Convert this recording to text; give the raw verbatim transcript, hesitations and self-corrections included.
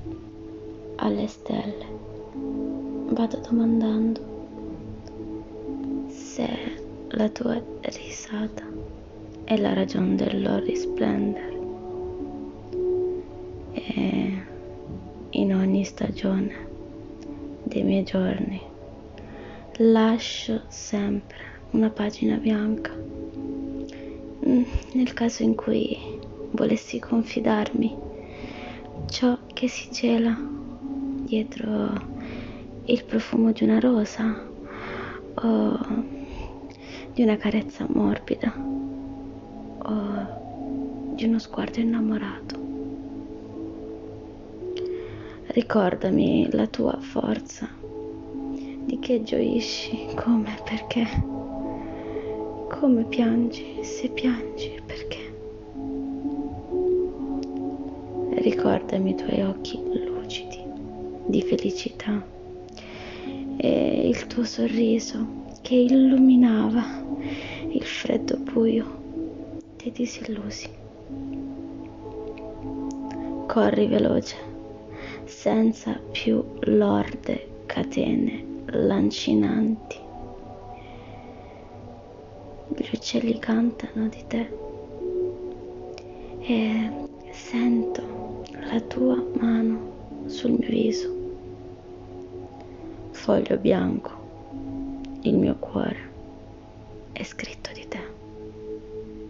alle stelle vado domandando se la tua risata è la ragione del loro risplendere. E in ogni stagione dei miei giorni lascio sempre una pagina bianca nel caso in cui volessi confidarmi ciò che si cela dietro il profumo di una rosa o di una carezza morbida o di uno sguardo innamorato. Ricordami la tua forza, di che gioisci, come, perché, come piangi, se piangi, perché. Ricordami i tuoi occhi lucidi di felicità e il tuo sorriso che illuminava il freddo buio dei disillusi. Corri veloce, senza più lorde catene lancinanti. Gli uccelli cantano di te e sento la tua mano sul mio viso. Foglio bianco, il mio cuore è scritto di te.